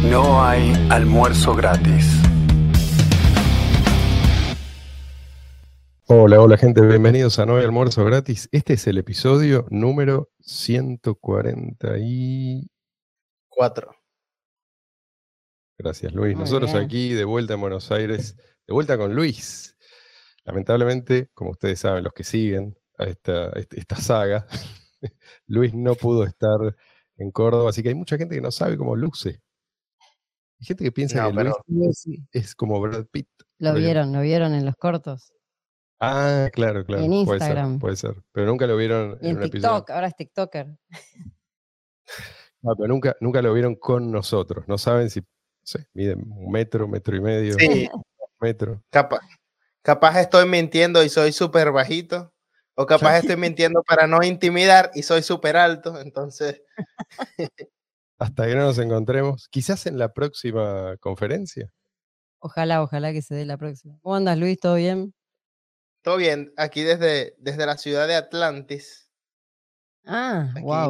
No hay almuerzo gratis. Hola, hola gente, bienvenidos a No hay almuerzo gratis. Este es el episodio número 144. Gracias, Luis. Muy Nosotros bien. aquí de vuelta en Buenos Aires, de vuelta con Luis. Lamentablemente, como ustedes saben, los que siguen a esta saga, Luis no pudo estar en Córdoba, así que hay mucha gente que no sabe cómo luce. Hay gente que piensa No, que Luis pero es como Brad Pitt. Lo por ejemplo. vieron en los cortos. Ah, claro, En Instagram. puede ser. Pero nunca lo vieron Y en en un episodio. TikTok, ahora es TikToker. No, pero nunca lo vieron con nosotros. No saben si, no sé, miden 1 metro y medio, sí, 2 metros. capaz estoy mintiendo y soy súper bajito, o capaz estoy mintiendo para no intimidar y soy súper alto, entonces, Hasta que no nos encontremos. Quizás en la próxima conferencia. Ojalá que se dé la próxima. ¿Cómo andas, Luis? ¿Todo bien? todo bien, aquí desde la ciudad de Atlantis, Ah, aquí, wow.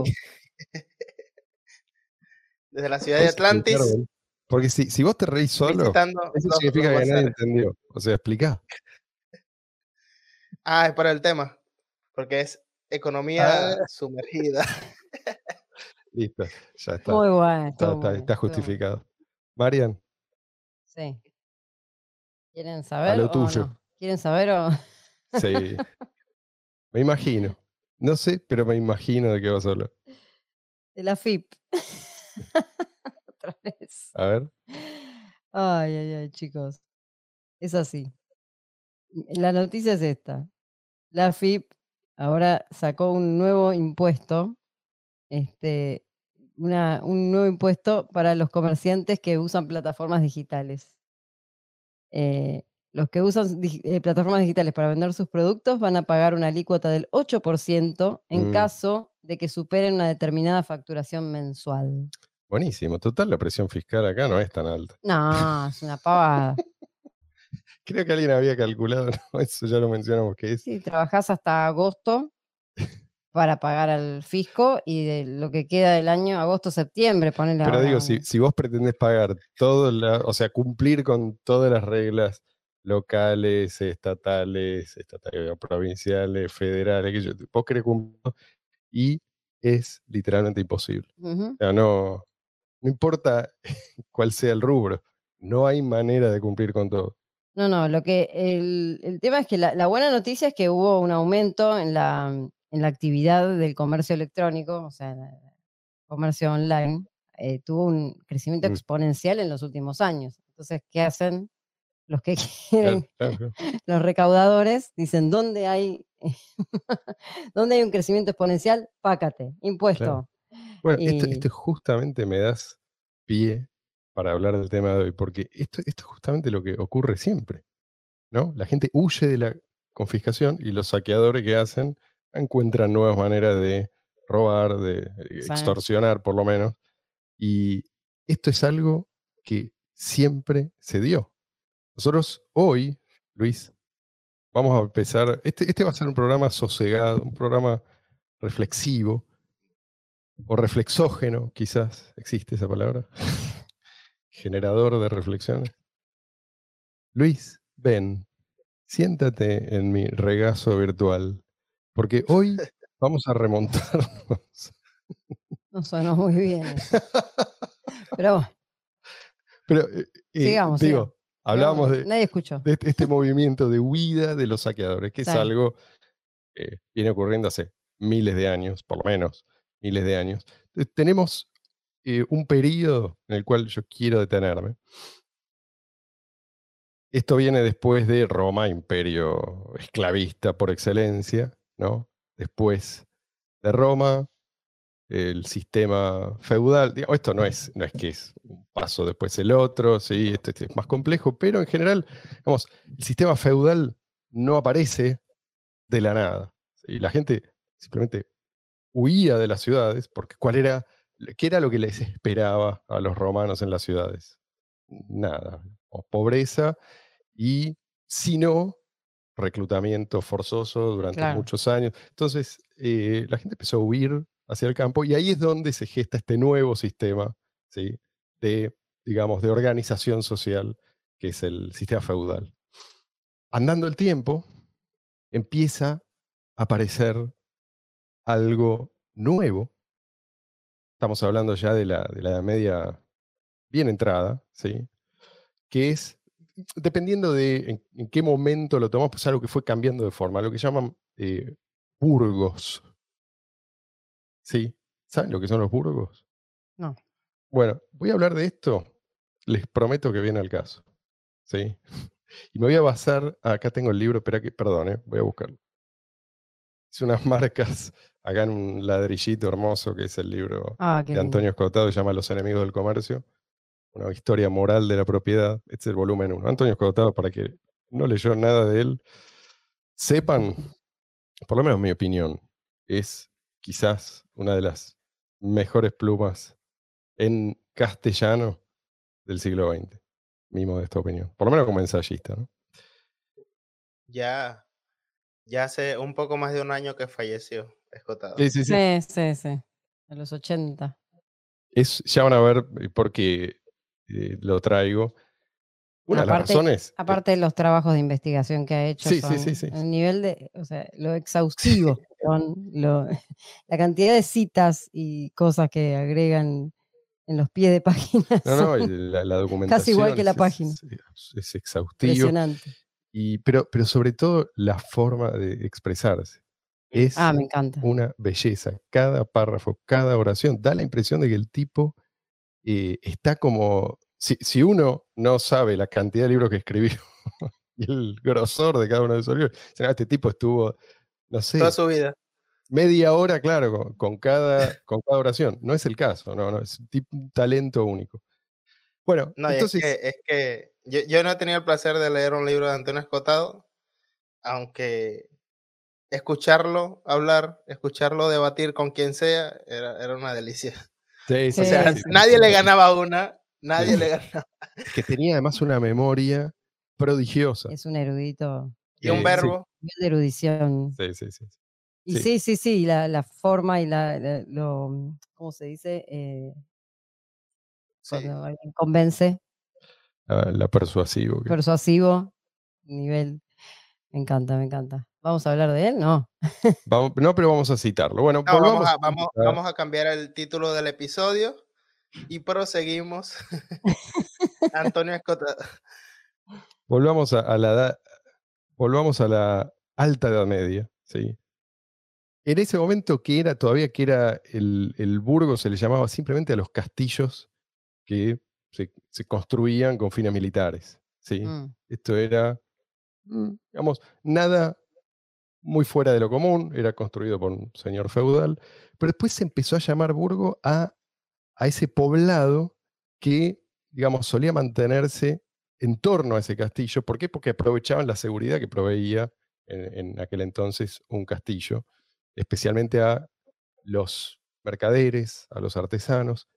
desde la ciudad de ¿Puedes explicar, Atlantis, Bel? Porque si vos te reís solo, visitando eso los significa que nadie bazares. entendió. O sea, explica. Ah, es para el tema, porque es economía sumergida. Listo, ya está. Muy bueno, estuvo muy bien, Está estuvo muy bien. justificado. Marian, Sí. ¿Quieren a saber lo o tuyo. no? ¿Quieren saber o...? Sí, me imagino. No sé, pero me imagino de qué vas a hablar. De la FIP. Otra vez. A ver. Ay, chicos. Es así. La noticia es esta. La FIP ahora sacó un nuevo impuesto, un nuevo impuesto para los comerciantes que usan plataformas digitales. Los que usan plataformas digitales para vender sus productos van a pagar una alícuota del 8% en Mm. caso de que superen una determinada facturación mensual. Buenísimo. Total, la presión fiscal acá no es tan alta. No, es una pavada. Creo que alguien había calculado, ¿no? Eso ya lo mencionamos, que es. Sí, trabajás hasta agosto para pagar al fisco y de lo que queda del año, agosto, septiembre, ponele Pero digo, ahora. si vos pretendés pagar o sea, cumplir con todas las reglas locales, estatales, provinciales, federales, vos querés cumplir y es literalmente imposible. Ujú. O sea, no importa cuál sea el rubro, no hay manera de cumplir con todo. No, el tema es que la buena noticia es que hubo un aumento en la actividad del comercio electrónico, o sea, el comercio online, tuvo un crecimiento Mm. exponencial en los últimos años. Entonces, ¿qué hacen los que Claro, quieren? claro. Los recaudadores dicen, ¿dónde hay, ¿dónde hay un crecimiento exponencial? Pácate, impuesto. Bueno, Y esto justamente me das pie para hablar del tema de hoy, porque esto es justamente lo que ocurre siempre, ¿no? La gente huye de la confiscación y los saqueadores que hacen encuentran nuevas maneras de robar, de Sí. extorsionar por lo menos, y esto es algo que siempre se dio. Nosotros hoy, Luis, vamos a empezar, este va a ser un programa sosegado, un programa reflexivo, o reflexógeno, quizás existe esa palabra, generador de reflexiones. Luis, ven, siéntate en mi regazo virtual, porque hoy vamos a remontarnos. no sonó muy bien eso. Pero bueno, Pero, sigamos. digo, hablábamos de Nadie escuchó. este movimiento de huida de los saqueadores, que es Sí. algo que viene ocurriendo hace miles de años, por lo menos miles de años. Tenemos un periodo en el cual yo quiero detenerme. Esto viene después de Roma, imperio esclavista por excelencia, ¿no? Después de Roma, el sistema feudal. Esto no es que es un paso después el otro, sí, este es más complejo, pero en general, vamos, el sistema feudal no aparece de la nada. ¿Sí? La gente simplemente huía de las ciudades porque ¿qué era lo que les esperaba a los romanos en las ciudades? Nada, o pobreza y, si no, reclutamiento forzoso durante Claro. muchos años. Entonces, la gente empezó a huir hacia el campo y ahí es donde se gesta este nuevo sistema, ¿sí? de digamos, de organización social que es el sistema feudal. Andando el tiempo, empieza a aparecer algo nuevo. Estamos hablando ya de la Edad Media bien entrada, ¿sí? Que es, dependiendo de en qué momento lo tomamos, pues algo que fue cambiando de forma, lo que llaman burgos. ¿Sí? ¿Saben lo que son los burgos? No. Bueno, voy a hablar de esto, les prometo que viene al caso. ¿Sí? Y me voy a basar, acá tengo el libro, espera que, perdón, voy a buscarlo. Es unas marcas, acá en un ladrillito hermoso, que es el libro Ah, qué de lindo. Antonio Escotado, se llama Los enemigos del comercio, una historia moral de la propiedad. Este es el volumen 1. Antonio Escotado, para que no leyó nada de él, sepan, por lo menos mi opinión, es quizás una de las mejores plumas en castellano del siglo XX. Mi modesta opinión. Por lo menos como ensayista, ¿no? Ya hace un poco más de un año que falleció Escotado. Sí, sí, sí. Sí, sí, sí. A los 80. Ya van a ver por qué lo traigo. Una de las razones. Aparte de los trabajos de investigación que ha hecho, Sí, sí, son sí, sí. el nivel de, o sea, lo exhaustivo, son la cantidad de citas y cosas que agregan en los pies de páginas. No, son la documentación. casi igual que la página. Es exhaustivo. Impresionante. Pero sobre todo la forma de expresarse. Es Me encanta. una belleza. Cada párrafo, cada oración, da la impresión de que el tipo está como. Si uno no sabe la cantidad de libros que escribió y el grosor de cada uno de esos libros, este tipo estuvo, no sé, Toda su vida. media hora, claro, con cada oración. No es el caso, no, es un talento único. Bueno, No, entonces. es que yo no he tenido el placer de leer un libro de Antonio Escotado, aunque escucharlo hablar, escucharlo debatir con quien sea, era una delicia. Sí, O sea, Sí. nadie le ganaba una, nadie Sí. le ganaba. Es que tenía además una memoria prodigiosa. Es un erudito. Y un Sí. verbo. Nivel de erudición. Sí. Y Sí. sí, la forma y lo, ¿cómo se dice? Sí. Cuando alguien convence, La persuasivo. persuasivo, nivel. Me encanta. ¿Vamos a hablar de él? No. No, pero vamos a citarlo. Bueno, No, volvamos. vamos a cambiar el título del episodio y proseguimos. Antonio Escotado. Volvamos volvamos a la alta Edad Media, ¿sí? En ese momento todavía el burgo, se le llamaba simplemente a los castillos que se construían con fines militares, ¿sí? Esto era, digamos, nada muy fuera de lo común, era construido por un señor feudal, pero después se empezó a llamar burgo a ese poblado que, digamos, solía mantenerse en torno a ese castillo. ¿Por qué? Porque aprovechaban la seguridad que proveía en aquel entonces un castillo, especialmente a los mercaderes, a los artesanos.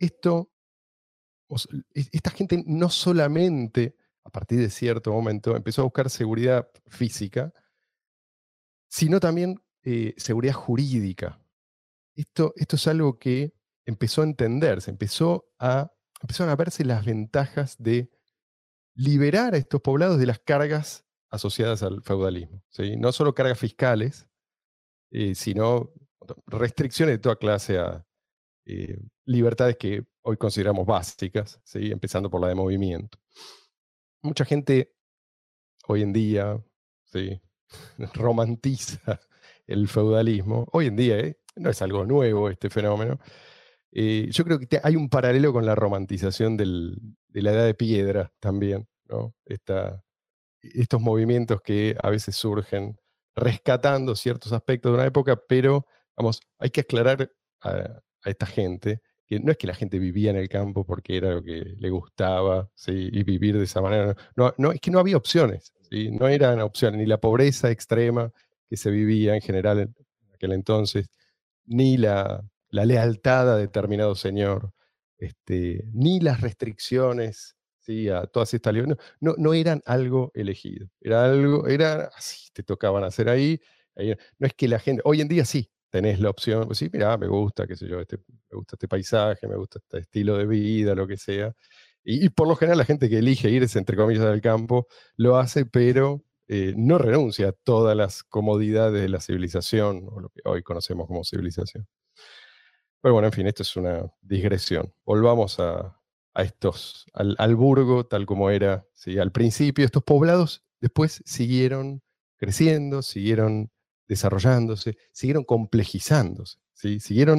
Esta gente no solamente, a partir de cierto momento, empezó a buscar seguridad física, sino también seguridad jurídica. Esto es algo que empezó a entenderse, empezaron a verse las ventajas de liberar a estos poblados de las cargas asociadas al feudalismo, ¿sí? No solo cargas fiscales, sino restricciones de toda clase a libertades que hoy consideramos básicas, ¿sí? Empezando por la de movimiento. Mucha gente hoy en día, ¿sí? romantiza el feudalismo. Hoy en día no es algo nuevo este fenómeno. Yo creo que hay un paralelo con la romantización de la edad de piedra también, ¿no? Estos movimientos que a veces surgen rescatando ciertos aspectos de una época, pero vamos, hay que aclarar a esta gente que no es que la gente vivía en el campo porque era lo que le gustaba, ¿sí? Y vivir de esa manera. No, es que no había opciones, ¿sí? No eran opciones, ni la pobreza extrema que se vivía en general en aquel entonces, ni la lealtad a determinado señor, ni las restricciones, ¿sí? A todas estas libertades. No eran algo elegido. Era así, te tocaban hacer ahí. No es que la gente, hoy en día sí, tenés la opción, pues sí, mira, me gusta, qué sé yo, me gusta este paisaje, me gusta este estilo de vida, lo que sea. Y por lo general la gente que elige irse, entre comillas, del campo, lo hace, pero no renuncia a todas las comodidades de la civilización, o lo que hoy conocemos como civilización. Pero bueno, en fin, esto es una digresión. Volvamos a estos, al burgo tal como era, ¿sí? Al principio. Estos poblados después siguieron creciendo, siguieron desarrollándose, siguieron complejizándose, ¿sí?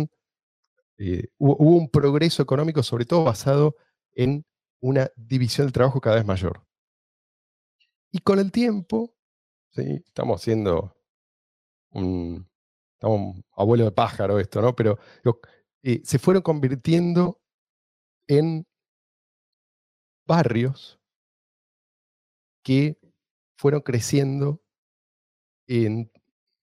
Hubo un progreso económico sobre todo basado en una división del trabajo cada vez mayor. Y con el tiempo, ¿sí? Estamos abuelo de pájaro esto, ¿no? Pero se fueron convirtiendo en barrios que fueron creciendo en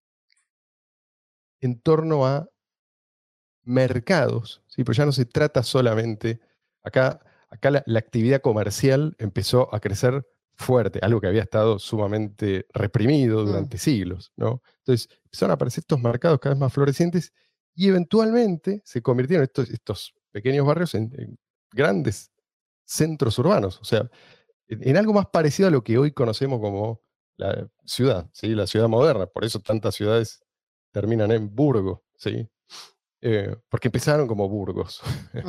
torno a mercados, ¿sí? Pero ya no se trata solamente, acá la actividad comercial empezó a crecer fuerte, algo que había estado sumamente reprimido durante siglos, ¿no? Entonces empezaron a aparecer estos mercados cada vez más florecientes y eventualmente se convirtieron estos pequeños barrios en grandes centros urbanos, o sea, en algo más parecido a lo que hoy conocemos como la ciudad, ¿sí? La ciudad moderna. Por eso tantas ciudades terminan en burgo, ¿sí? Porque empezaron como burgos.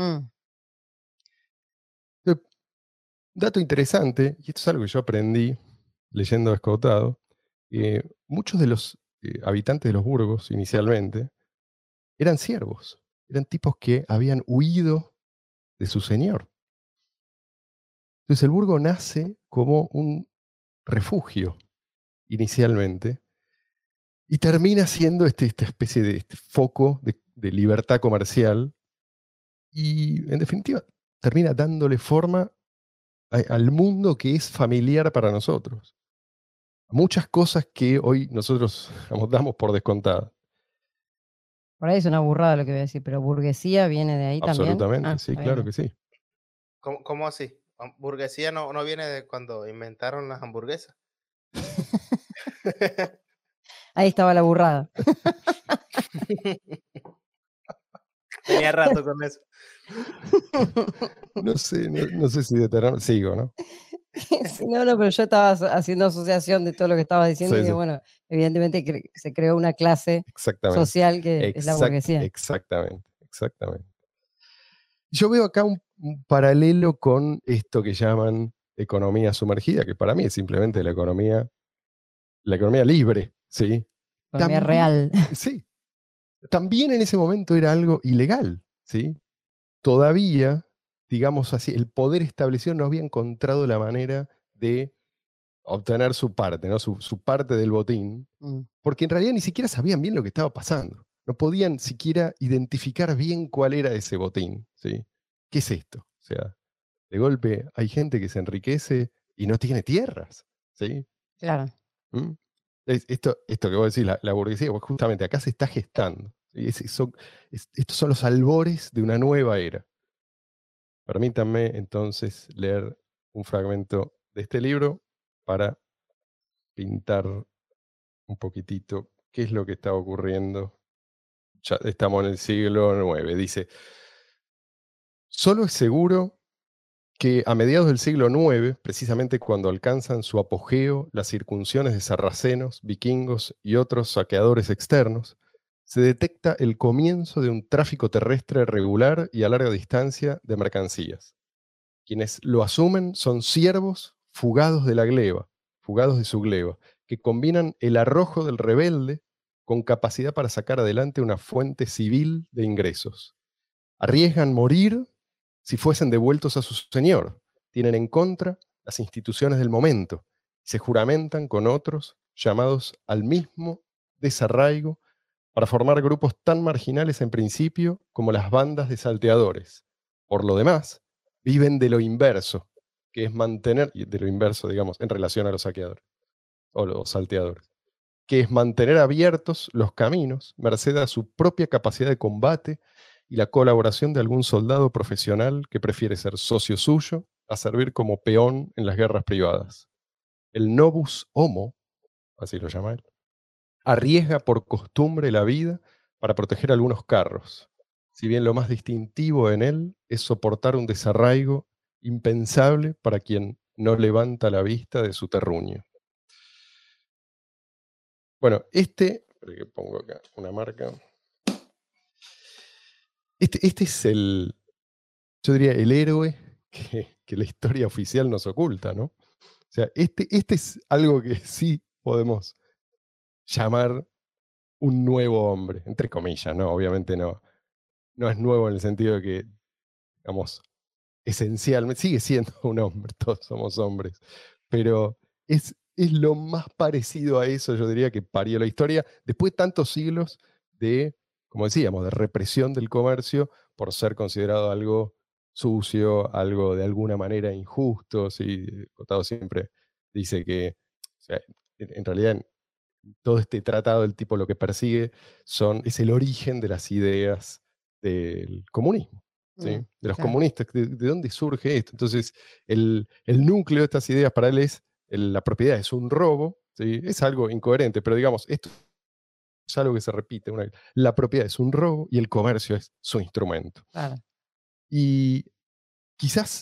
Dato interesante, y esto es algo que yo aprendí leyendo Escotado, muchos de los habitantes de los burgos inicialmente eran siervos, eran tipos que habían huido de su señor. Entonces el burgo nace como un refugio inicialmente y termina siendo esta especie de foco de libertad comercial y en definitiva termina dándole forma al mundo que es familiar para nosotros. Muchas cosas que hoy nosotros damos por descontadas. Por ahí es una burrada lo que voy a decir, pero burguesía viene de ahí también. Absolutamente, sí, Está claro bien. que sí. ¿Cómo así? ¿Burguesía no viene de cuando inventaron las hamburguesas? Ahí estaba la burrada. Tenía rato con eso. No sé si de terreno sigo, ¿no? Sí, no, pero yo estaba haciendo asociación de todo lo que estaba diciendo Sí, y sí. bueno, evidentemente se creó una clase Exactamente. social que es la burguesía. Exactamente. Yo veo acá un paralelo con esto que llaman economía sumergida, que para mí es simplemente la economía libre, ¿sí? Economía real. Sí. También en ese momento era algo ilegal, ¿sí? Todavía, digamos así, el poder establecido no había encontrado la manera de obtener su parte, ¿no? Su parte del botín, porque en realidad ni siquiera sabían bien lo que estaba pasando. No podían siquiera identificar bien cuál era ese botín, ¿sí? ¿Qué es esto? O sea, de golpe hay gente que se enriquece y no tiene tierras, ¿sí? Claro. ¿Mm? Esto que vos decís, la burguesía, pues justamente acá se está gestando. ¿Sí? Estos son los albores de una nueva era. Permítanme entonces leer un fragmento de este libro para pintar un poquitito qué es lo que está ocurriendo. Ya estamos en el siglo IX. Dice, solo es seguro que a mediados del siglo IX, precisamente cuando alcanzan su apogeo las circunciones de sarracenos, vikingos y otros saqueadores externos, se detecta el comienzo de un tráfico terrestre regular y a larga distancia de mercancías. Quienes lo asumen son siervos fugados de la gleba, fugados de su gleba, que combinan el arrojo del rebelde con capacidad para sacar adelante una fuente civil de ingresos. Arriesgan morir si fuesen devueltos a su señor. Tienen en contra las instituciones del momento. Se juramentan con otros llamados al mismo desarraigo para formar grupos tan marginales en principio como las bandas de salteadores. Por lo demás, viven de lo inverso, que es mantener, y de lo inverso, digamos, en relación a los saqueadores o los salteadores, que es mantener abiertos los caminos, merced a su propia capacidad de combate y la colaboración de algún soldado profesional que prefiere ser socio suyo a servir como peón en las guerras privadas. El novus homo, así lo llama él, arriesga por costumbre la vida para proteger algunos carros, si bien lo más distintivo en él es soportar un desarraigo impensable para quien no levanta la vista de su terruño. Bueno, espera que pongo acá una marca. Este es yo diría, el héroe que la historia oficial nos oculta, ¿no? O sea, este es algo que sí podemos llamar un nuevo hombre, entre comillas, ¿no? Obviamente no es nuevo en el sentido de que, digamos, esencialmente, sigue siendo un hombre, todos somos hombres, pero es lo más parecido a eso, yo diría, que parió la historia, después de tantos siglos de, como decíamos, de represión del comercio por ser considerado algo sucio, algo de alguna manera injusto. ¿Sí? Cotado siempre dice que, o sea, en realidad, todo este tratado, el tipo lo que persigue es el origen de las ideas del comunismo, ¿sí? De los claro. comunistas, ¿de dónde surge esto? Entonces, el núcleo de estas ideas para él es la propiedad es un robo, ¿sí? Es algo incoherente, pero digamos, esto es algo que se repite. La propiedad es un robo y el comercio es su instrumento. Claro. Y quizás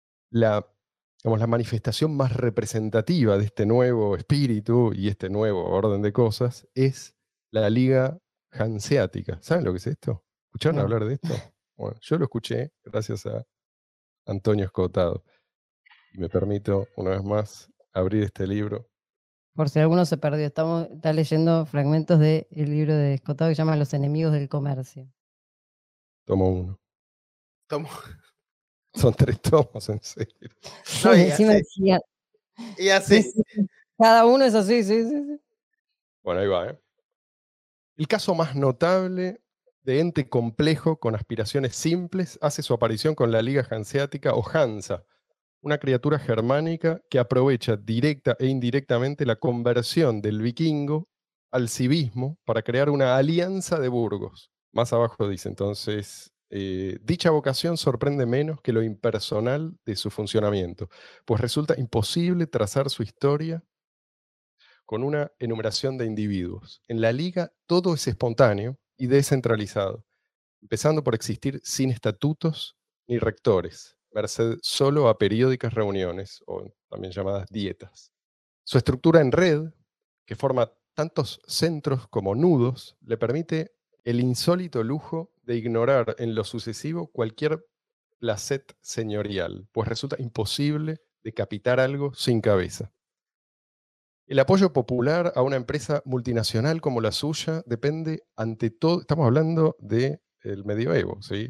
digamos, la manifestación más representativa de este nuevo espíritu y este nuevo orden de cosas es la Liga Hanseática. ¿Saben lo que es esto? ¿Escucharon No. hablar de esto? Bueno, yo lo escuché gracias a Antonio Escotado. Y me permito, una vez más, abrir este libro. Por si alguno se perdió, está leyendo fragmentos del libro de Escotado que se llama Los enemigos del comercio. Tomo 1. Tomo. Son 3 tomos, en serio. No, y Encima así. decía, Y así. sí, cada uno es así, sí. Bueno, ahí va, ¿eh? El caso más notable de ente complejo con aspiraciones simples hace su aparición con la Liga Hanseática o Hansa, una criatura germánica que aprovecha directa e indirectamente la conversión del vikingo al civismo para crear una alianza de burgos. Más abajo dice entonces, dicha vocación sorprende menos que lo impersonal de su funcionamiento, pues resulta imposible trazar su historia con una enumeración de individuos. En la liga todo es espontáneo y descentralizado, empezando por existir sin estatutos ni rectores, merced solo a periódicas reuniones, o también llamadas dietas. Su estructura en red, que forma tantos centros como nudos, le permite el insólito lujo de ignorar en lo sucesivo cualquier placet señorial, pues resulta imposible decapitar algo sin cabeza. El apoyo popular a una empresa multinacional como la suya depende ante todo, estamos hablando del medioevo, ¿sí?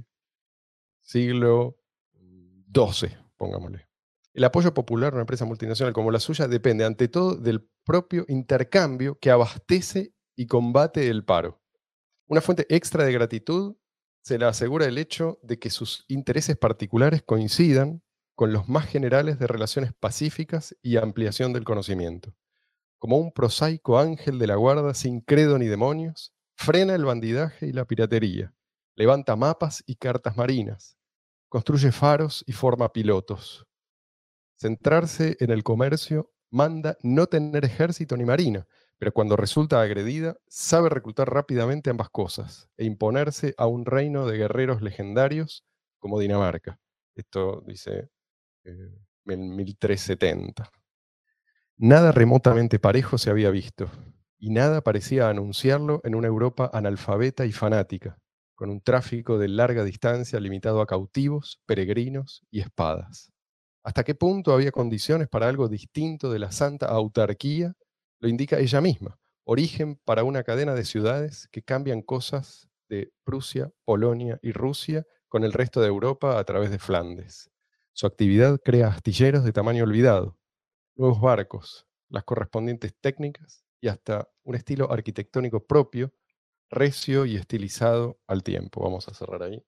Siglo XII, pongámosle. El apoyo popular a una empresa multinacional como la suya depende ante todo del propio intercambio que abastece y combate el paro. Una fuente extra de gratitud se la asegura el hecho de que sus intereses particulares coincidan con los más generales de relaciones pacíficas y ampliación del conocimiento. Como un prosaico ángel de la guarda sin credo ni demonios, frena el bandidaje y la piratería, levanta mapas y cartas marinas, construye faros y forma pilotos. Centrarse en el comercio manda no tener ejército ni marina, pero cuando resulta agredida, sabe reclutar rápidamente ambas cosas e imponerse a un reino de guerreros legendarios como Dinamarca. Esto dice en 1370. Nada remotamente parejo se había visto, y nada parecía anunciarlo en una Europa analfabeta y fanática, con un tráfico de larga distancia limitado a cautivos, peregrinos y espadas. ¿Hasta qué punto había condiciones para algo distinto de la santa autarquía? Lo indica ella misma, origen para una cadena de ciudades que cambian cosas de Prusia, Polonia y Rusia con el resto de Europa a través de Flandes. Su actividad crea astilleros de tamaño olvidado, nuevos barcos, las correspondientes técnicas y hasta un estilo arquitectónico propio, recio y estilizado al tiempo. Vamos a cerrar ahí.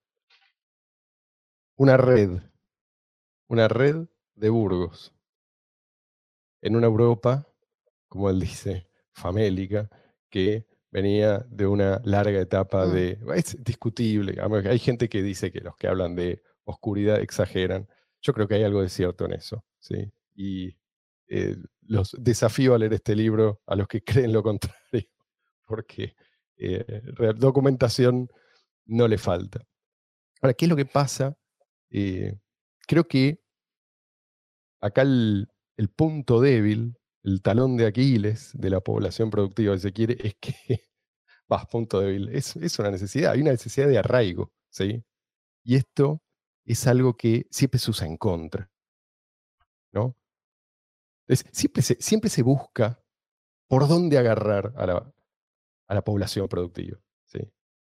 Una red de burgos, en una Europa, como él dice, famélica, que venía de una larga etapa de... Es discutible, hay gente que dice que los que hablan de oscuridad exageran. Yo creo que hay algo de cierto en eso, ¿sí? Y los desafío a leer este libro a los que creen lo contrario, porque documentación no le falta. Ahora, ¿qué es lo que pasa? Creo que acá el punto débil, el talón de Aquiles de la población productiva, si se quiere, es que, punto débil, es una necesidad, hay una necesidad de arraigo, ¿sí? Y esto es algo que siempre se usa en contra, ¿no? Entonces, siempre se busca por dónde agarrar a la población productiva, ¿sí?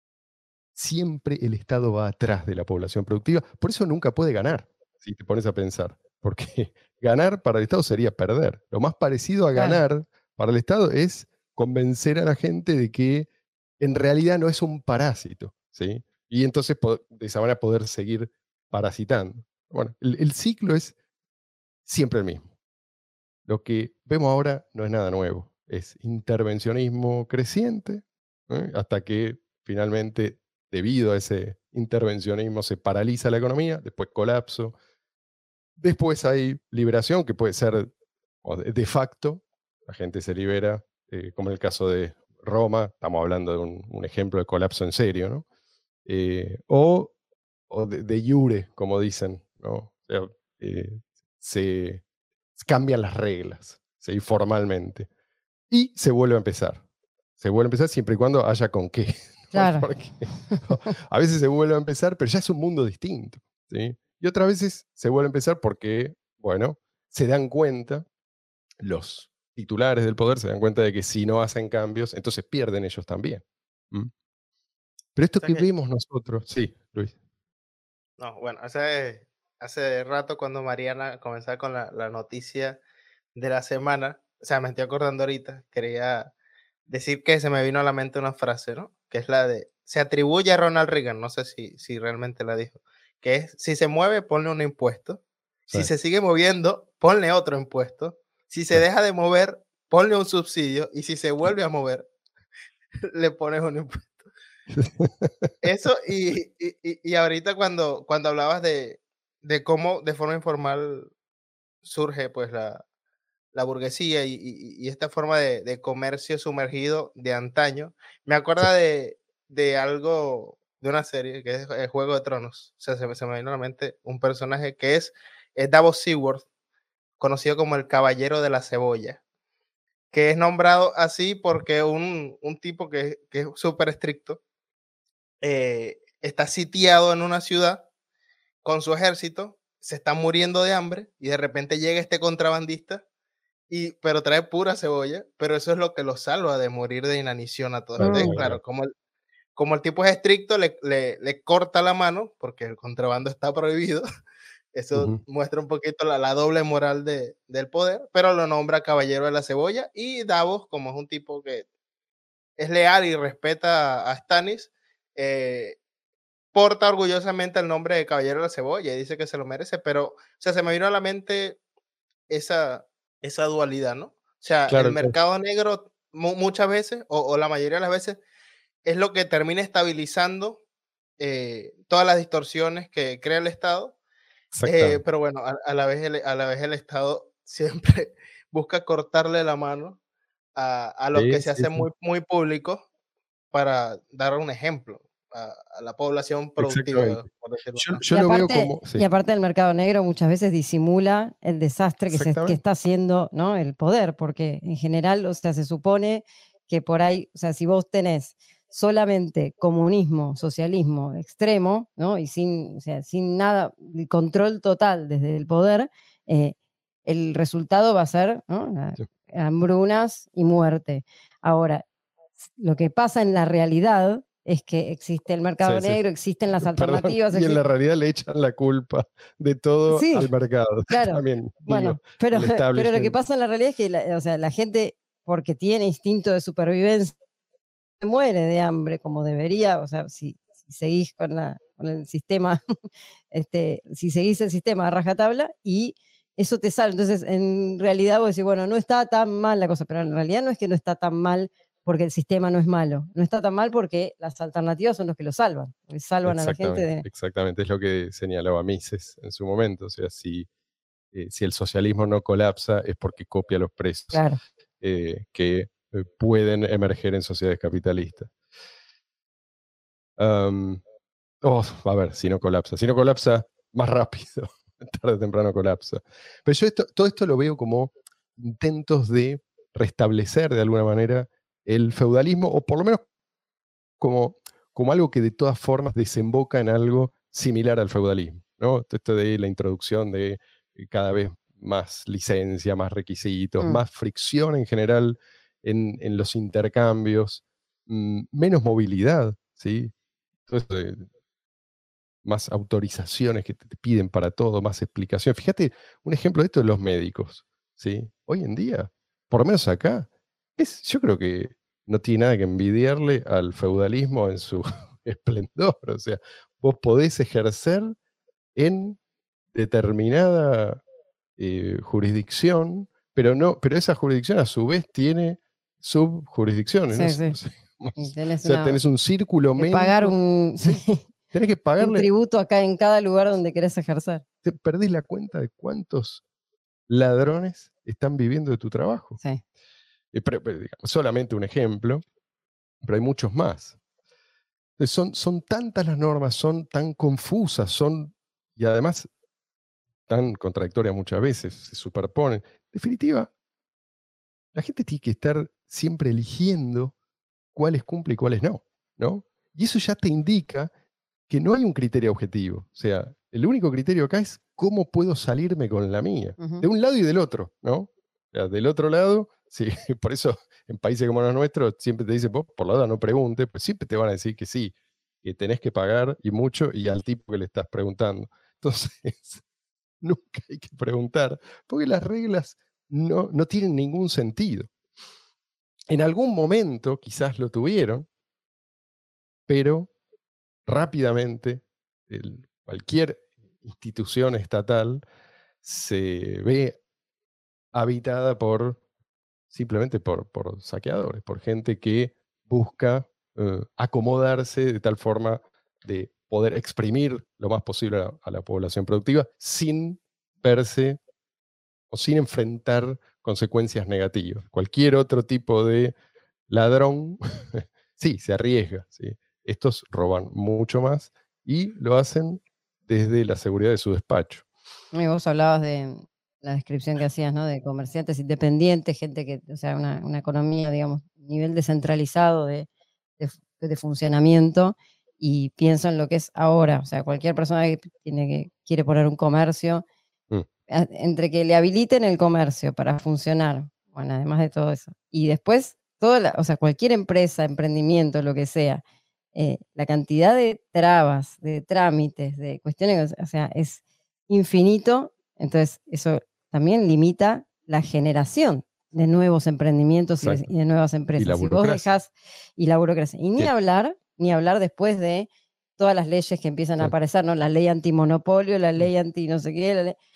Siempre el Estado va atrás de la población productiva, por eso nunca puede ganar, si te pones a pensar, porque ganar para el Estado sería perder. Lo más parecido a Claro. ganar para el Estado es convencer a la gente de que en realidad no es un parásito, ¿sí? Y entonces de esa manera poder seguir parasitando. Bueno, el ciclo es siempre el mismo. Lo que vemos ahora no es nada nuevo, es intervencionismo creciente, hasta que finalmente, debido a ese intervencionismo, se paraliza la economía, después colapso, después hay liberación, que puede ser de facto, la gente se libera, como en el caso de Roma, estamos hablando de un ejemplo de colapso en serio, ¿no? O de iure, como dicen, ¿no? O sea, se cambian las reglas, ¿sí? Formalmente. Y se vuelve a empezar. Se vuelve a empezar siempre y cuando haya con qué. ¿No? Claro. Porque a veces se vuelve a empezar, pero ya es un mundo distinto, ¿sí? Y otras veces se vuelve a empezar porque, bueno, se dan cuenta, los titulares del poder se dan cuenta de que si no hacen cambios, entonces pierden ellos también. ¿Mm? Pero esto O sea que que, vemos nosotros, sí, Luis. no, bueno, hace rato cuando Mariana comenzaba con la noticia de la semana, o sea, me estoy acordando ahorita, quería decir que se me vino a la mente una frase, ¿no? Que es la de, se atribuye a Ronald Reagan, no sé si realmente la dijo, que es, si se mueve, ponle un impuesto, Sí, si se sigue moviendo, ponle otro impuesto, si se sí. deja de mover, ponle un subsidio, y si se vuelve a mover, le pones un impuesto. Eso, y ahorita cuando hablabas de cómo de forma informal surge pues la burguesía y esta forma de comercio sumergido de antaño, me Sí, acuerda de algo, de una serie que es Juego de Tronos. O sea, se me vino a la mente un personaje que es Davos Seaworth, conocido como el Caballero de la Cebolla, que es nombrado así porque un tipo que es súper estricto, está sitiado en una ciudad con su ejército, se está muriendo de hambre y de repente llega este contrabandista pero trae pura cebolla, pero eso es lo que lo salva de morir de inanición a todos. claro, Entonces, Mm, claro, claro, como el tipo es estricto, le corta la mano, porque el contrabando está prohibido. Eso Ujú. muestra un poquito la doble moral del poder, pero lo nombra caballero de la cebolla. Y Davos, como es un tipo que es leal y respeta a Stannis, eh, porta orgullosamente el nombre de caballero de la cebolla y dice que se lo merece, pero, o sea, se me vino a la mente esa, esa dualidad, ¿no? O sea, el Claro, claro. mercado negro muchas veces, o la mayoría de las veces, es lo que termina estabilizando todas las distorsiones que crea el Estado, Exactamente. pero bueno, a la vez el Estado siempre busca cortarle la mano a los Sí, que se sí, hacen sí. muy públicos para dar un ejemplo a la población productiva, Exactamente. por decirlo Yo, así. yo lo veo como, y sí, aparte el mercado negro muchas veces disimula el desastre que exactamente. está haciendo, ¿no? El poder, porque en general, o sea, se supone que por ahí, o sea, si vos tenés solamente comunismo, socialismo extremo, ¿no? Y sin, o sea, sin nada, el control total desde el poder, eh, el resultado va a ser, ¿no? Sí, Hambrunas y muerte. Ahora, lo que pasa en la realidad es que existe el mercado sí, sí. negro, existen las Perdón. alternativas, Y en la realidad le echan la culpa de todo sí, al mercado. claro. También, digo, Bueno, pero, el pero lo que establishment. pasa en la realidad es que o sea, la gente, porque tiene instinto de supervivencia, muere de hambre como debería, o sea, si seguís con el sistema, si seguís el sistema a rajatabla y eso te sale. Entonces, en realidad vos decís, bueno, no está tan mal la cosa, pero en realidad no es que no está tan mal porque el sistema no es malo, no está tan mal porque las alternativas son los que lo salvan, porque salvan a la gente Exactamente, de... exactamente. Es lo que señalaba Mises en su momento. O sea, si el socialismo no colapsa es porque copia los precios Claro. que pueden emerger en sociedades capitalistas. A ver, si no colapsa. Si no colapsa, más rápido. tarde o temprano colapsa. Pero yo todo esto lo veo como intentos de restablecer de alguna manera el feudalismo, o por lo menos como algo que de todas formas desemboca en algo similar al feudalismo, ¿no? Esto de la introducción de cada vez más licencia, más requisitos, más fricción en general en los intercambios, menos movilidad, ¿sí? Todo esto más autorizaciones que te piden para todo, más explicaciones. Fíjate, un ejemplo de esto de los médicos, ¿sí? Hoy en día, por lo menos acá, yo creo que no tiene nada que envidiarle al feudalismo en su esplendor. O sea, vos podés ejercer en determinada jurisdicción, pero esa jurisdicción a su vez tiene subjurisdicciones. Sí, ¿no? sí. O sea, tenés un círculo que pagar médico. Tenés que un pagarle. tributo acá en cada lugar donde querés ejercer. Te perdés la cuenta de cuántos ladrones están viviendo de tu trabajo. Sí. Pero, digamos, solamente un ejemplo, pero hay muchos más. Son tantas las normas, son tan confusas, y además tan contradictorias muchas veces, se superponen. En definitiva, la gente tiene que estar siempre eligiendo cuáles cumple y cuáles no, ¿no? Y eso ya te indica que no hay un criterio objetivo. O sea, el único criterio acá es cómo puedo salirme con la mía, de un lado y del otro, ¿no? O sea, del otro lado, sí, por eso en países como los nuestros siempre te dicen, vos por la duda no preguntes, pues siempre te van a decir que sí, que tenés que pagar y mucho y al tipo que le estás preguntando. Entonces, nunca hay que preguntar, porque las reglas no tienen ningún sentido. En algún momento quizás lo tuvieron, pero rápidamente cualquier institución estatal se ve habitada simplemente por saqueadores, por gente que busca acomodarse de tal forma de poder exprimir lo más posible a la población productiva sin verse o sin enfrentar consecuencias negativas. Cualquier otro tipo de ladrón, sí, se arriesga, ¿sí? Estos roban mucho más y lo hacen desde la seguridad de su despacho. Y vos hablabas de la descripción que hacías, ¿no? De comerciantes independientes, gente que, o sea, una economía, digamos, nivel descentralizado de funcionamiento, y pienso en lo que es ahora. O sea, cualquier persona que quiere poner un comercio, Mm. Entre que le habiliten el comercio para funcionar, bueno, además de todo eso, y después, o sea, cualquier empresa, emprendimiento, lo que sea, la cantidad de trabas, de trámites, de cuestiones, o sea, es infinito. Entonces eso también limita la generación de nuevos emprendimientos y Exacto. de nuevas Y empresas. la Si vos burocracia. dejás, y la burocracia, y ni hablar después de todas las leyes que empiezan a Sí. aparecer, ¿no? La ley antimonopolio, la ley anti no sé qué,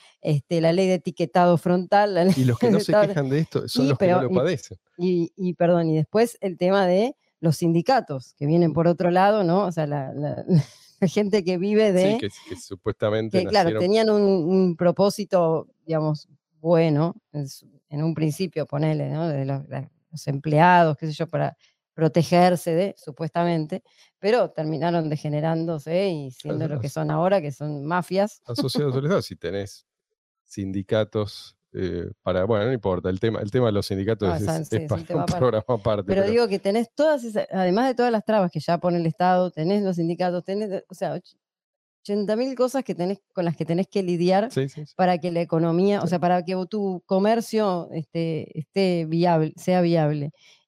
la ley de etiquetado frontal. La ley Y los que no de se tal. quejan de esto son los que no lo padecen. Perdón, y después el tema de los sindicatos, que vienen por otro lado, ¿no? O sea, la gente que vive de... Sí, que supuestamente que claro, nacieron. tenían un propósito, digamos, bueno, en un principio, ponele, ¿no? De los empleados, qué sé yo, para protegerse supuestamente, pero terminaron degenerándose y siendo lo que son ahora, que son mafias. Asociados solidados, si tenés sindicatos bueno, no importa, el tema de los sindicatos Sí, es es para un tema un aparte. programa aparte. Pero digo que tenés todas esas, además de todas las trabas que ya pone el Estado, tenés los sindicatos, tenés, o sea, 80.000 cosas con las que tenés que lidiar Sí. para que la economía, o sea, para que tu comercio esté viable, sea viable.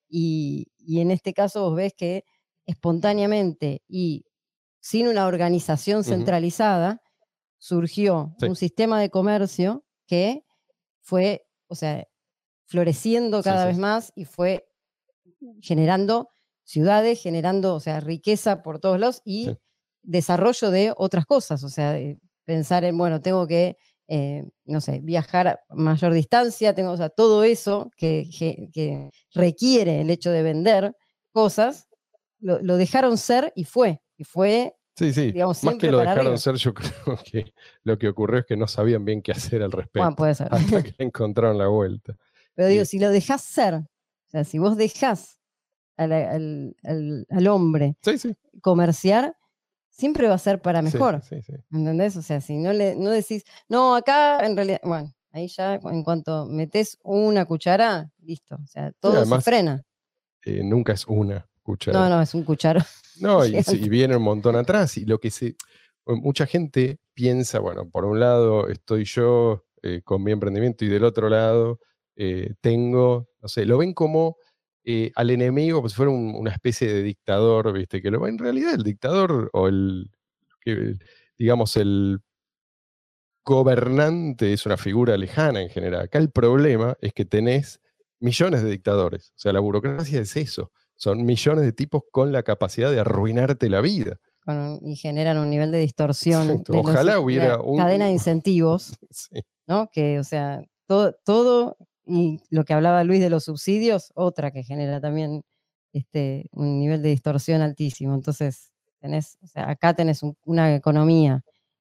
Y en este caso vos ves que espontáneamente y sin una organización centralizada surgió Sí. un sistema de comercio que fue, o sea, floreciendo cada vez más y fue generando ciudades, generando, o sea, riqueza por todos lados y desarrollo de otras cosas. O sea, pensar en, bueno, tengo que, no sé, viajar a mayor distancia, o sea, todo eso que requiere el hecho de vender cosas, lo dejaron ser y fue. Sí, digamos, más que siempre lo para dejaron arriba. ser, yo creo que lo que ocurrió es que no sabían bien qué hacer al respecto. Bueno, puede ser. Hasta que encontraron la vuelta. Pero digo, si lo dejás ser, o sea, si vos dejás al hombre Sí. comerciar, siempre va a ser para Sí, mejor. sí, sí. ¿Entendés? O sea, si no decís, no, acá en realidad, bueno, ahí ya en cuanto metés una cuchara, listo. O sea, Sí, todo se además, frena. nunca es una No, cuchara. no, es un cucharón No, y gigante. viene un montón atrás. Y mucha gente piensa, bueno, por un lado estoy yo con mi emprendimiento y del otro lado tengo, no sé, lo ven como al enemigo, pues si fuera una especie de dictador, ¿viste? Que en realidad el dictador o digamos, el gobernante es una figura lejana en general. Acá el problema es que tenés millones de dictadores. O sea, la burocracia es eso. Son millones de tipos con la capacidad de arruinarte la vida. Y generan un nivel de distorsión Exacto. de Ojalá la hubiera cadena de incentivos, Sí, ¿no? Que, o sea, todo, y lo que hablaba Luis de los subsidios, otra que genera también un nivel de distorsión altísimo. Entonces, o sea, acá tenés una economía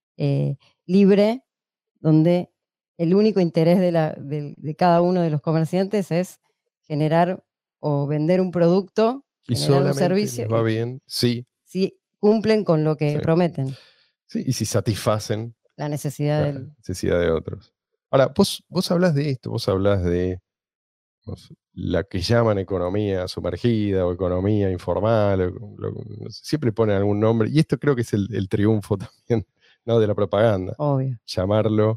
libre, donde el único interés de cada uno de los comerciantes es generar o vender un producto, y generar un solamente servicio, les va bien, sí, si cumplen con lo que sí, prometen, sí, y si satisfacen la necesidad la necesidad de otros. Ahora, vos hablas de esto, vos hablas de la que llaman economía sumergida o economía informal, no sé, siempre ponen algún nombre, y esto creo que es el triunfo también, ¿no? De la propaganda. obvio. Llamarlo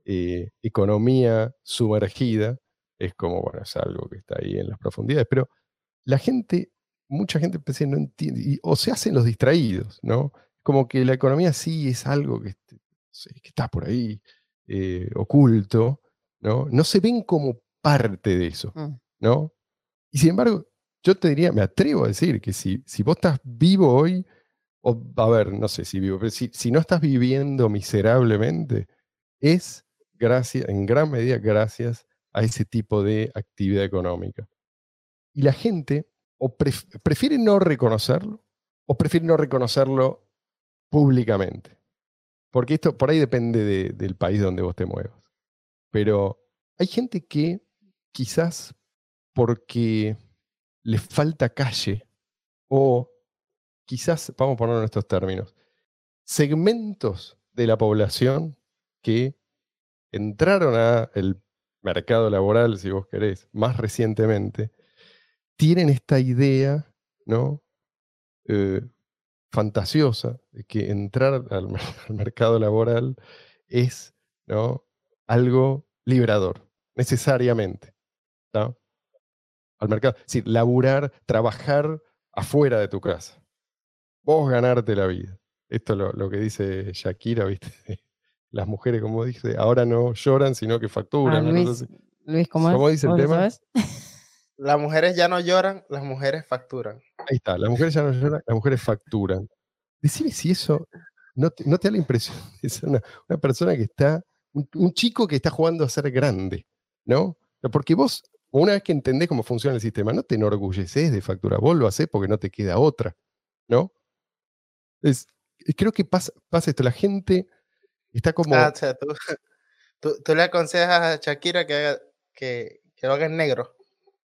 economía sumergida es como, bueno, es algo que está ahí en las profundidades, pero la gente, mucha gente pues, no entiende, o se hacen los distraídos, ¿no? Como que la economía sí es algo que está por ahí oculto, ¿no? No se ven como parte de eso, Mm. ¿no? Y sin embargo, yo te diría, me atrevo a decir que si vos estás vivo hoy, o a ver, no sé si vivo, pero si no estás viviendo miserablemente, es en gran medida gracias a ese tipo de actividad económica. Y la gente o prefiere no reconocerlo o prefiere no reconocerlo públicamente. Porque esto por ahí depende del país donde vos te muevas. Pero hay gente que quizás porque le falta calle o quizás, vamos a ponerlo en estos términos, segmentos de la población que entraron al mercado laboral, si vos querés, más recientemente, tienen esta idea, ¿no? Fantasiosa de que entrar al mercado laboral es, ¿no? Algo liberador, necesariamente, ¿no? Al mercado, es decir, laburar, trabajar afuera de tu casa, vos ganarte la vida. Esto es lo que dice Shakira, ¿viste? Las mujeres, como dice, ahora no lloran, sino que facturan, una cosa así. Luis, ¿cómo ¿Cómo es? dice el ¿Vos lo tema? sabés? Las mujeres ya no lloran, las mujeres facturan. Ahí está, las mujeres ya no lloran, las mujeres facturan. Decime si eso no te da la impresión de ser una persona que está, un chico que está jugando a ser grande, ¿no? Porque vos, una vez que entendés cómo funciona el sistema, no te enorgulleces de facturar, vos lo hacés porque no te queda otra, ¿no? Creo que pasa esto, la gente está como, O sea, tú le aconsejas a Shakira que lo haga en negro.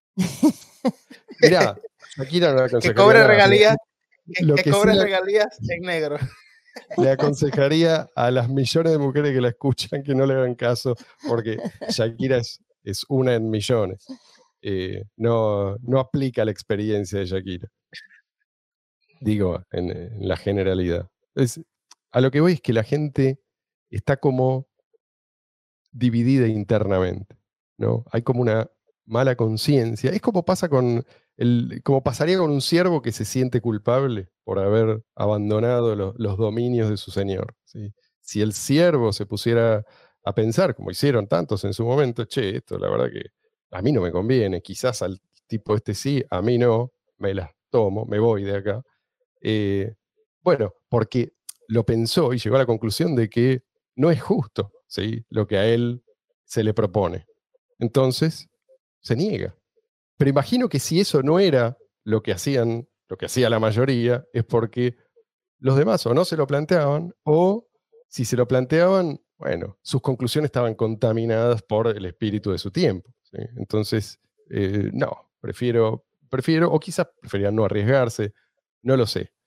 mirá, Shakira no le Que aconsejaría cobre nada, pero regalías, lo que que sí cobre regalías en negro. le aconsejaría a las millones de mujeres que la escuchan que no le hagan caso, porque Shakira es una en millones. No aplica la experiencia de Shakira, digo, en la generalidad. A lo que voy es que la gente está como dividida internamente, ¿no? Hay como una mala conciencia. Es como pasa como pasaría con un siervo que se siente culpable por haber abandonado los dominios de su señor, ¿sí? Si el siervo se pusiera a pensar, como hicieron tantos en su momento, che, esto la verdad que a mí no me conviene, quizás al tipo este sí, a mí no, me las tomo, me voy de acá. Eh, bueno, porque lo pensó y llegó a la conclusión de que no es justo, ¿sí? Lo que a él se le propone. Entonces, se niega. Pero imagino que si eso no era lo que hacía la mayoría, es porque los demás o no se lo planteaban, o si se lo planteaban, bueno, sus conclusiones estaban contaminadas por el espíritu de su tiempo, ¿sí? Entonces, no, prefiero, o quizás preferían no arriesgarse, no lo sé.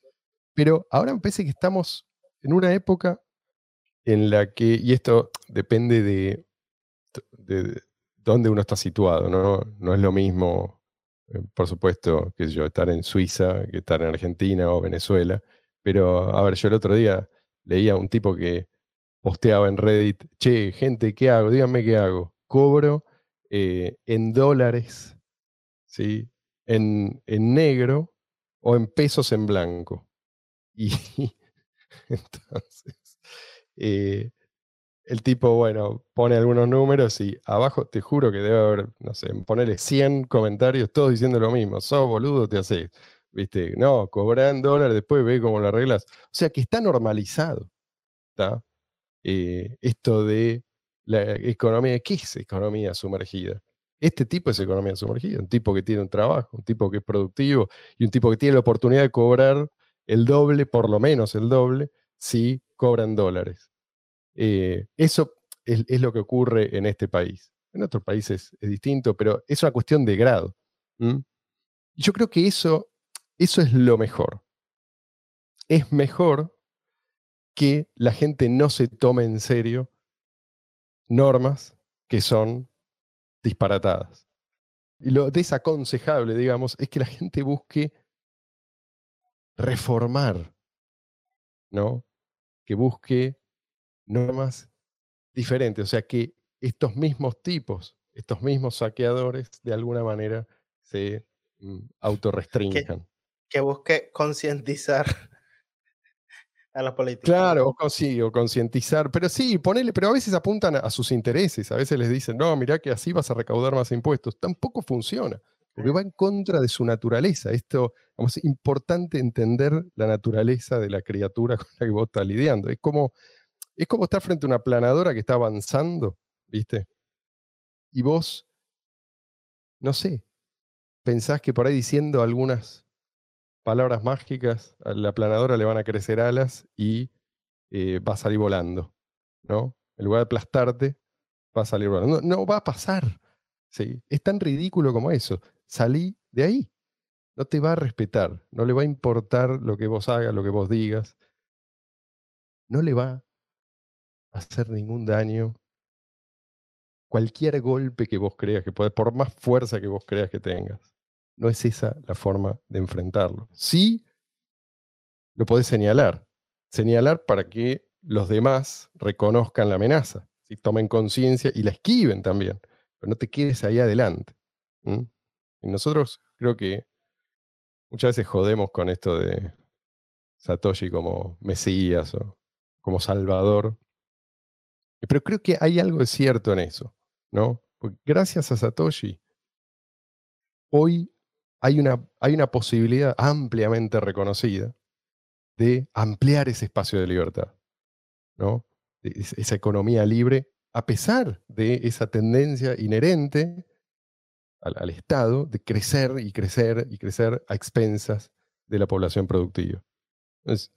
Pero ahora me parece que estamos en una época en la que, y esto depende de dónde uno está situado, ¿no? No es lo mismo, por supuesto, que yo, estar en Suiza que estar en Argentina o Venezuela. Pero, a ver, yo el otro día leía a un tipo que posteaba en Reddit, che, gente, ¿qué hago? Díganme qué hago. Cobro en dólares, ¿sí? En negro o en pesos en blanco. Y entonces, eh, el tipo, bueno, pone algunos números y abajo te juro que debe haber, no sé, ponerle 100 comentarios, todos diciendo lo mismo. Sos boludo, te haces. ¿Viste? No, cobran dólares, después ve cómo lo arreglas. O sea que está normalizado, ¿está? Esto de la economía. ¿Qué es economía sumergida? Este tipo es economía sumergida, un tipo que tiene un trabajo, un tipo que es productivo y un tipo que tiene la oportunidad de cobrar el doble, por lo menos el doble, si cobran dólares. Eso es lo que ocurre en este país. En otros países es distinto, pero es una cuestión de grado. Y yo creo que eso es lo mejor. Es mejor que la gente no se tome en serio normas que son disparatadas. Y lo desaconsejable, digamos, es que la gente busque reformar, ¿no? Que busque normas diferentes. O sea, que estos mismos tipos, estos mismos saqueadores, de alguna manera se que, autorrestrinjan. que busque concientizar a los políticos. Claro, o concientizar, pero sí, ponele, pero a veces apuntan a sus intereses, a veces les dicen, no, mirá que así vas a recaudar más impuestos. Tampoco funciona, porque va en contra de su naturaleza. Esto, vamos, es importante entender la naturaleza de la criatura con la que vos estás lidiando. Es como estar frente a una planadora que está avanzando, ¿viste? Y vos, no sé, pensás que por ahí diciendo algunas palabras mágicas, a la planadora le van a crecer alas y va a salir volando, ¿no? En lugar de aplastarte, va a salir volando. No, no va a pasar, ¿sí? Es tan ridículo como eso. Salí de ahí. No te va a respetar, no le va a importar lo que vos hagas, lo que vos digas. No le va a hacer ningún daño. Cualquier golpe que vos creas que puede, por más fuerza que vos creas que tengas, no es esa la forma de enfrentarlo. Sí, lo podés señalar. Señalar para que los demás reconozcan la amenaza, ¿sí? Tomen conciencia y la esquiven también, pero no te quedes ahí adelante. Y nosotros creo que muchas veces jodemos con esto de Satoshi como Mesías o como Salvador, pero creo que hay algo de cierto en eso, ¿no? Porque gracias a Satoshi, hoy hay una posibilidad ampliamente reconocida de ampliar ese espacio de libertad, ¿no? Esa economía libre, a pesar de esa tendencia inherente al Estado de crecer y crecer y crecer a expensas de la población productiva. Entonces,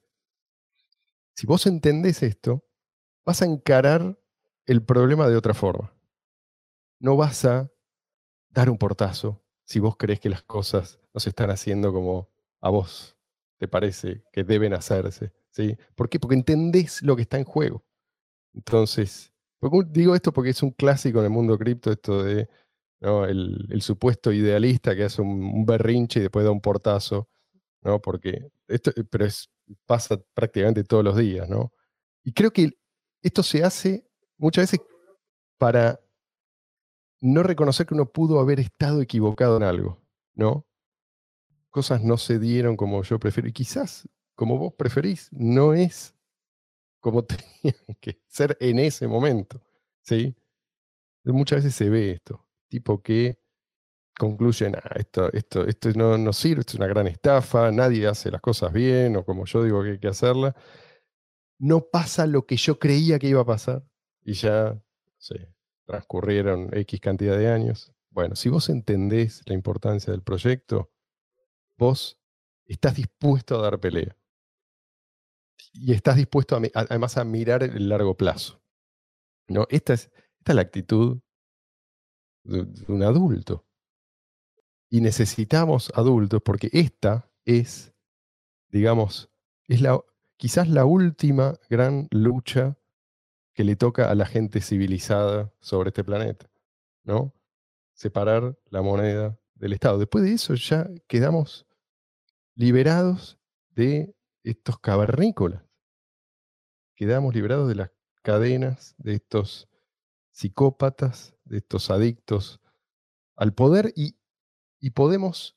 si vos entendés esto, vas a encarar el problema de otra forma. No vas a dar un portazo si vos crees que las cosas no se están haciendo como a vos te parece que deben hacerse, ¿sí? ¿Por qué? Porque entendés lo que está en juego. Entonces, digo esto porque es un clásico en el mundo cripto, esto de, ¿no? el supuesto idealista que hace un berrinche y después da un portazo, ¿no? Porque esto, pero pasa prácticamente todos los días, ¿no? Y creo que esto se hace muchas veces para no reconocer que uno pudo haber estado equivocado en algo, ¿no? Cosas no se dieron como yo prefiero. Y quizás, como vos preferís, no es como tenían que ser en ese momento, ¿sí? Muchas veces se ve esto, tipo que concluyen, esto no sirve, esto es una gran estafa, nadie hace las cosas bien, o como yo digo que hay que hacerla. No pasa lo que yo creía que iba a pasar, y ya transcurrieron X cantidad de años. Bueno, si vos entendés la importancia del proyecto, vos estás dispuesto a dar pelea. Y estás dispuesto además a mirar el largo plazo, ¿no? Esta es la actitud de un adulto. Y necesitamos adultos porque esta es, digamos, es quizás la última gran lucha que le toca a la gente civilizada sobre este planeta, ¿no? Separar la moneda del Estado. Después de eso ya quedamos liberados de estos cavernícolas. Quedamos liberados de las cadenas de estos psicópatas, de estos adictos al poder y podemos...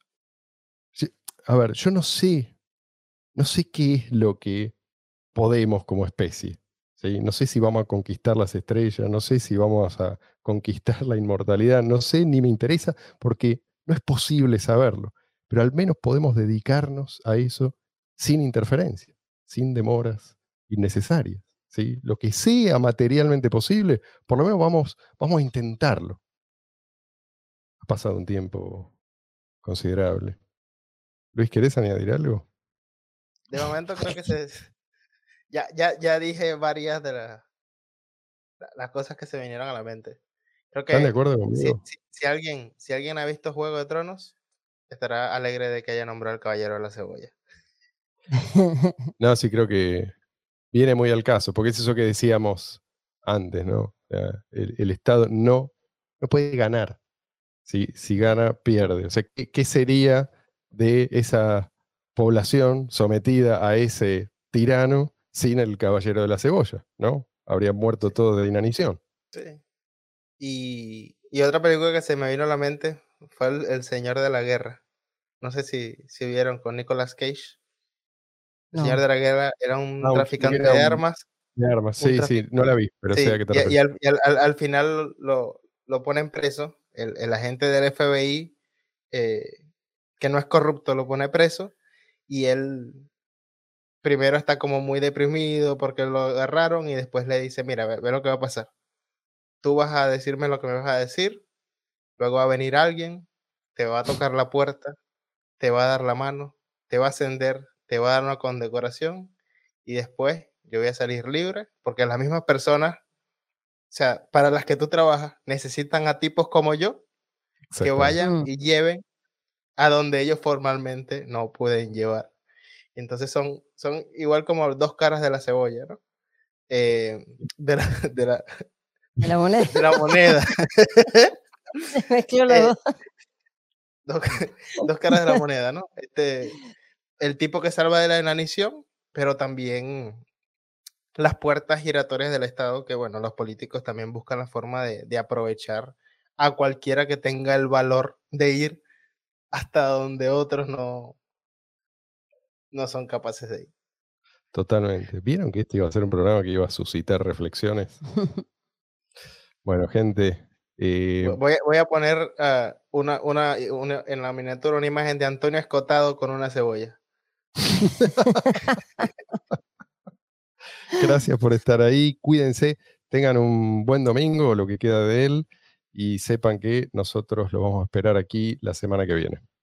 A ver, yo no sé qué es lo que podemos como especie. ¿Sí? No sé si vamos a conquistar las estrellas, no sé si vamos a conquistar la inmortalidad, no sé, ni me interesa, porque no es posible saberlo, pero al menos podemos dedicarnos a eso sin interferencia, sin demoras innecesarias. ¿Sí? Lo que sea materialmente posible, por lo menos vamos a intentarlo. Ha pasado un tiempo considerable. Luis, ¿querés añadir algo? De momento creo que ya dije varias de las cosas que se vinieron a la mente. Creo ¿Están de que acuerdo conmigo? si alguien ha visto Juego de Tronos, estará alegre de que haya nombrado al Caballero de la Cebolla. No, sí creo que viene muy al caso, porque es eso que decíamos antes, ¿no? O sea, el Estado no puede ganar. Si gana, pierde. O sea, ¿qué sería de esa población sometida a ese tirano sin el Caballero de la Cebolla, ¿no? Habrían muerto todos de inanición. Sí. Y otra película que se me vino a la mente fue El Señor de la Guerra. No sé si vieron con Nicolas Cage. El Señor No. de la Guerra era un traficante Era de armas. de armas. Un Sí, sí, no la vi, pero sé a Sí, qué te y refieres. al final lo ponen preso. El agente del FBI, que no es corrupto, lo pone preso. Y él primero está como muy deprimido porque lo agarraron y después le dice, mira, ve lo que va a pasar. Tú vas a decirme lo que me vas a decir, luego va a venir alguien, te va a tocar la puerta, te va a dar la mano, te va a ascender, te va a dar una condecoración y después yo voy a salir libre porque las mismas personas, o sea, para las que tú trabajas, necesitan a tipos como yo que Exactamente. vayan y lleven a donde ellos formalmente no pueden llevar. Entonces son igual como dos caras de la cebolla, ¿no? De la, de la, De la moneda. de la moneda. Se mezcló los dos. dos, dos caras de la moneda, ¿no? El tipo que salva de la inanición, pero también las puertas giratorias del Estado, que bueno, los políticos también buscan la forma de aprovechar a cualquiera que tenga el valor de ir hasta donde otros no son capaces de ir. Totalmente. ¿Vieron que este iba a ser un programa que iba a suscitar reflexiones? Bueno, gente, Voy a poner en la miniatura una imagen de Antonio Escotado con una cebolla. gracias por estar ahí. Cuídense, tengan un buen domingo, lo que queda de él, y sepan que nosotros lo vamos a esperar aquí la semana que viene.